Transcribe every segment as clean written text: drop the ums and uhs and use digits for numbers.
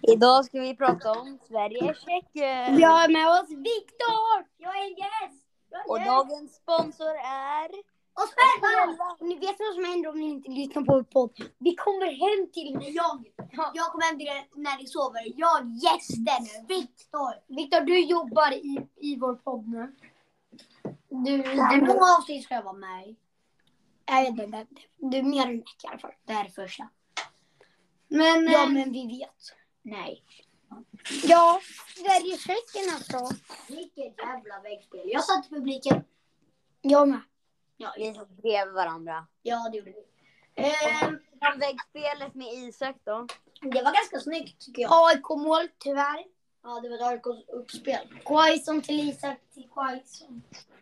Idag ska vi prata om Sverige-Tjeckien. Vi har med oss Viktor. Jag är en gäst. Och dagens sponsor är oss själva. Ni vet vad som händer om ni inte lyssnar på vår podd. Vi kommer hem till jag kommer hem till när ni sover. Gästen Viktor, du jobbar i vår podd nu. Hur många avsnitt ska jag vara med i? Jag vet inte. Du är mer än ett i alla fall. Det här är första. Men vi vet. Nej. Ja, Sverige-Tjeckien alltså. Vilket jävla väggspel. Jag satt i publiken. Jag med. Ja, vi satt bredvid varandra. Ja, det gjorde vi. Väggspelet med Isak då. Det var ganska snyggt tycker jag. AIK-mål tyvärr. Ja, det var ett AIKs uppspel. Quaison till Isak till Quaison.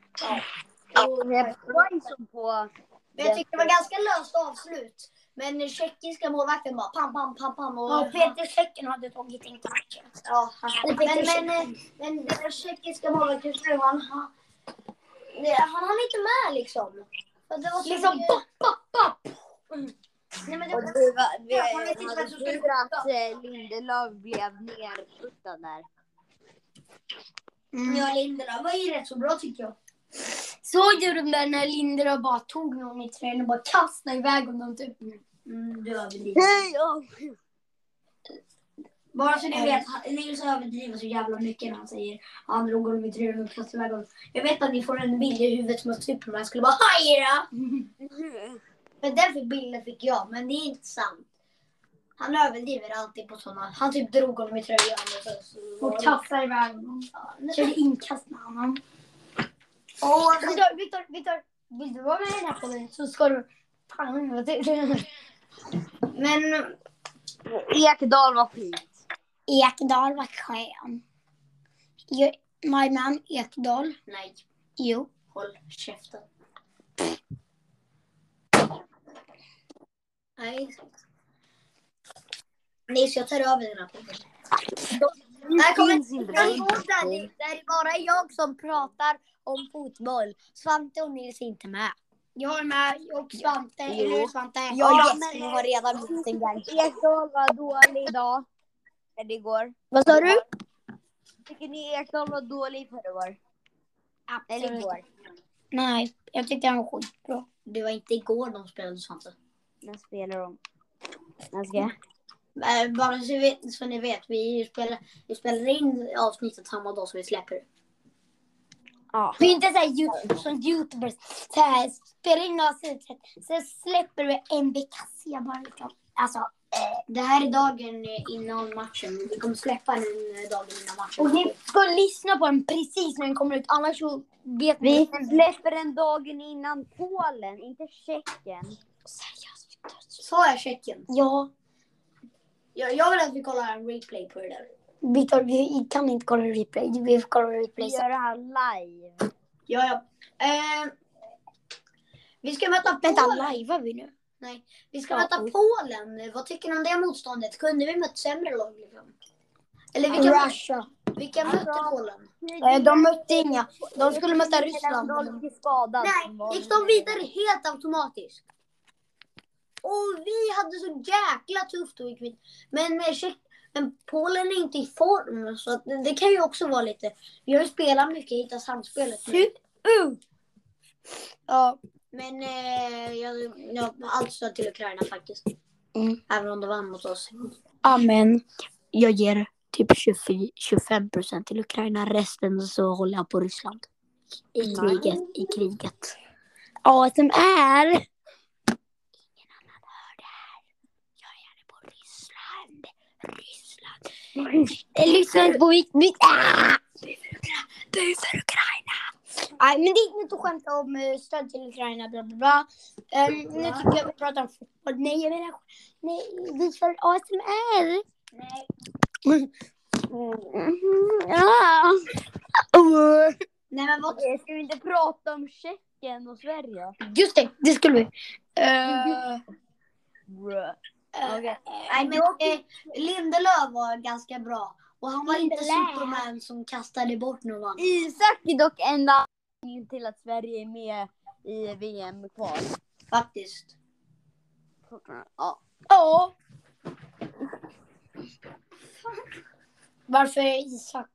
Quaison på. Jag tycker det var ganska löst avslut. Men den tjeckiska målvakten bara pam. Och Peter Tjeckien hade tagit in matchen. Ja, men den tjeckiska målvakten han hann inte med liksom. Det var liksom pop. Nej, men det var att Lindelöf blev nerputtad där. Ja, Lindelöf var ju rätt så bra tycker jag. Såg du den där när Lindelöf bara tog någon i tröjan och bara kastade iväg honom typ? Det var väl lite. Bara så ni vet, Nils överdriver så jävla mycket när han säger han drog honom i tröjan och kastade iväg honom. Jag vet att ni får en bild i huvudet som att Superman skulle bara hajra. Men den bilden fick jag, men det är inte sant. Han överdriver alltid på sådana. Han typ drog honom i tröjan och kastade iväg honom. Körde inkast med honom. Viktor, vill du vara med i den här podden så ska du... Men... Ekdal var skit. Ekdal var skön. My man Ekdal. Nej. Jo. Håll käften. Nej. Nej, så jag tar över den här podden. Det är bara jag som pratar om fotboll. Svante och Nils är inte med. Jag är med och Svante. Eller Svante? Jag har redan blivit en gång. Ekdal var dålig idag. Eller igår. Vad sa du? Tycker ni Ekdal var dålig förra? Eller igår? Nej, jag tyckte han var skitbra. Det var inte igår de spelade Svante. När spelar de? När ska jag? Bara så ni vet, vi spelar in avsnittet samma dag som vi släpper. Ja. Vi är inte som YouTubers. Spelar in avsnittet. Så släpper vi en vecka senare. Alltså, det här är dagen innan matchen. Vi kommer släppa den dagen innan matchen. Och ni ska lyssna på den precis när den kommer ut. Annars så vet vi släpper den dagen innan Polen, inte Tjeckien. Seriöst, så är Tjeckien. Ja. Jag vill att vi kollar en replay på det där. Victor, vi kan inte kolla replay. Vi får kolla replay. Vi gör det här live. Ja. Vi ska möta Polen. Vänta, live vi nu? Nej. Vi ska möta Polen. Vad tycker ni om det motståndet? Kunde vi möta sämre lag liksom? Eller vilka mötte Polen? De mötte inga. De skulle möta Ryssland. Nej, gick de vidare helt automatiskt. Och vi hade så jäkla tufft och gick. Men Polen är inte i form. Så det kan ju också vara lite. Vi har ju spelat mycket, hittat samspelet. Ja. Men jag allt stöd till Ukraina faktiskt. Även om de vann mot oss. Amen. Jag ger typ 25% till Ukraina. Resten så håller jag på Ryssland. I kriget. Ja, som är... Ingen annan hör det här. Jag är på Ryssland. Lyssna på mitt... Bu för Ukraina. Nej, men det är inte att skämta om stöd till Ukraina. Bla bla bla. Nu tycker jag vi pratar om fotboll. Nej, jag menar... Nej, vi kör ASMR. Nej. Nej, men vad... Ska vi inte prata om Tjeckien och Sverige? Just det skulle vi. Okay. Nej, men Lindelöf var ganska bra. Och han var inte Superman som kastade bort någon. Isak är dock enda till att Sverige är med i VM kvar. Faktiskt. Ja. Ja. Varför Isak?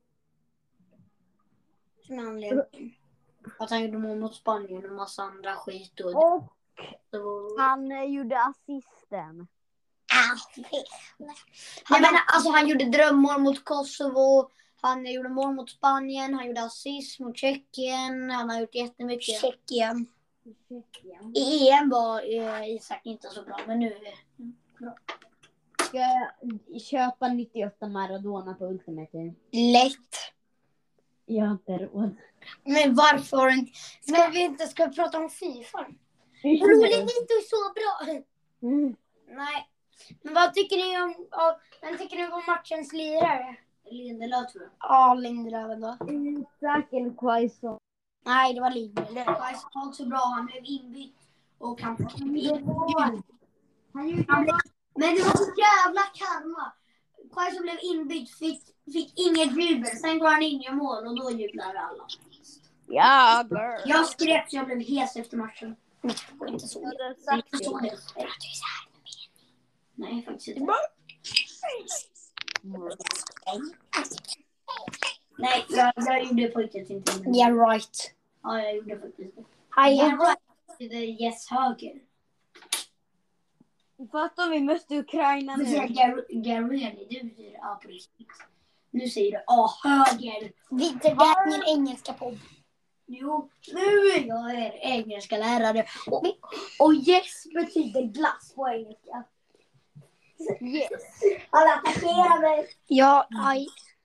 Som anledning. Att han gjorde mål mot Spanien och massa andra skit. Och han gjorde assisten. Jag menar, alltså han gjorde drömmål mot Kosovo. Han gjorde mål mot Spanien. Han gjorde assist mot Tjeckien. Han har gjort jättemycket. Tjeckien. I EM var Isak inte så bra, men nu är det bra. Ska jag köpa 98 Maradona på Ultimate Team? Lätt. Jag har inte råd. Men varför har du inte... Ska vi prata om FIFA? Roligt inte så bra. Nej. Men vad tycker ni om... Vem tycker ni om matchens lirare? Lindelöf, tror jag. Ja, Lindelöf ändå. Isak eller Quaison? Nej, det var Lindelöf. Quaison var också bra. Han blev inbytt. Och han fick men det var så jävla karma. Quaison blev inbytt. Fick inget jubel. Sen går han in i mål och då jublar alla. Ja, girl. Jag skrek så jag blev hes efter matchen. Och inte så. Nej, faktiskt inte. Nej, jag gjorde faktiskt inte. Yeah, right. Ja, jag gjorde faktiskt det. Yeah, right. Det är yes höger. Fattar vi mötte Ukraina Du nu. säger Garreli, du säger ja på riktigt. Nu säger du höger. Victor, det är min engelska podd. Jo, nu är jag engelska lärare. Och yes betyder glass på engelska. Yes. Alla attackerar mig. Ja, aj.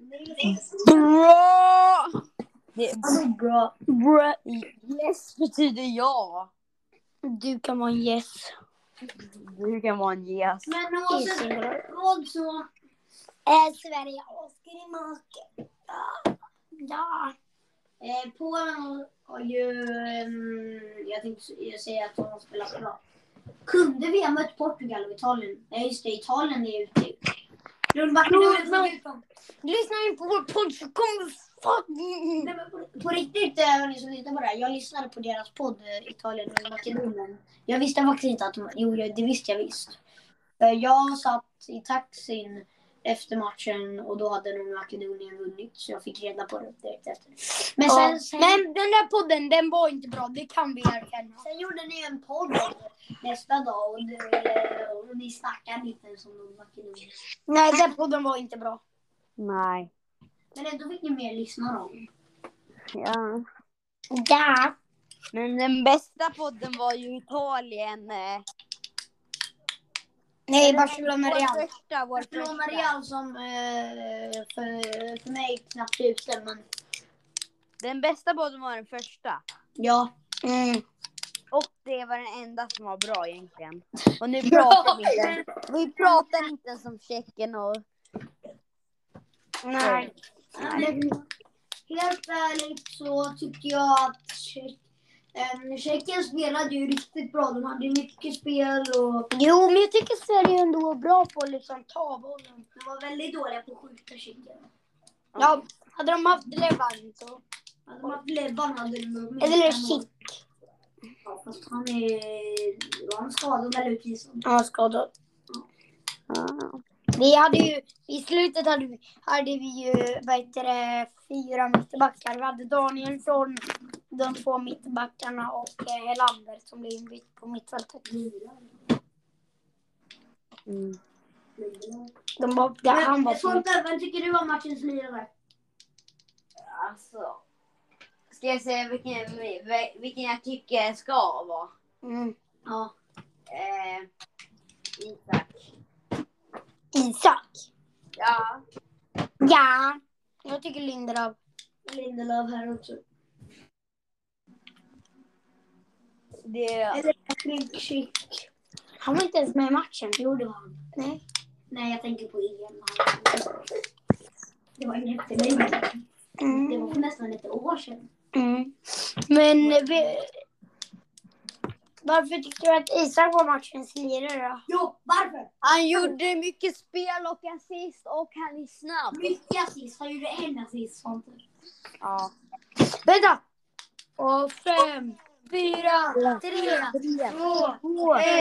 Bra! Det är bra. bra. Yes betyder ja. Du kan vara en yes. Du kan vara en yes. Men också Sverige, Oskar i marken. Ja. Polen har ju, jag tänkte säga att de spelar bra. Kunde vi ha mött Portugal och Italien? Nej, just det, Italien är ute. Lyssna in på vår podd så kommer på riktigt, ni som lyssnar på det här. Jag lyssnade på deras podd, Italien och Makedonien. Jag visste faktiskt inte att det visste jag visst. Jag satt i taxin efter matchen och då hade nog Makedonien vunnit, så jag fick reda på det direkt efter. Men, men den där podden, den var inte bra, det kan vi erkänna. Sen gjorde ni en podd nästa dag och ni snackade lite som de Makedonien. Nej, den podden var inte bra. Nej. Men ändå fick ni mer lyssnare om. Ja. Ja. Men den bästa podden var ju Italien. Nej, Barcelona Real. Barcelona Real som för mig knappt ute, men Den bästa podden var den första. ja. Och det var den enda som var bra egentligen. Och nu pratar vi pratar inte som Tjeckien och... Nej. Helt ärligt så tycker jag att Tjeckien spelade ju riktigt bra. De hade mycket spel och... Jo, men jag tycker Sverige ändå var bra på att liksom ta bollen. De var väldigt dåliga på att skjuta Tjeckien. Ja, hade de haft Levan så... Hade de haft Levan hade de nog... Eller Schick. Ja, fast han är skadad eller utvisad. Ja, skadad. Ja. Vi hade ju, i slutet hade vi ju, 4 mittbackar. Vi hade Danielsson, de 2 mittbackarna och Helander som blev inbytt på mittfältet. De var, ja, han var Svante, vem tycker du var matchens lirare? Alltså... Ska jag säga vilken jag tycker ska vara? Ja. Isak. Ja. Ja. Jag tycker Lindelöf här också. Det Schick. Han var inte ens med i matchen. Jo, det var han. Nej, jag tänker på EM. Det var jättelänge. Det var nästan ett år sedan. Men varför tycker du att Isak var matchens lirare då? Jo, varför? Han gjorde mycket spel och assist och han är snabb. Mycket assist. Han gjorde en assist. Sånt. Ja. Vänta! Och 5, 4, 3, 2, 1.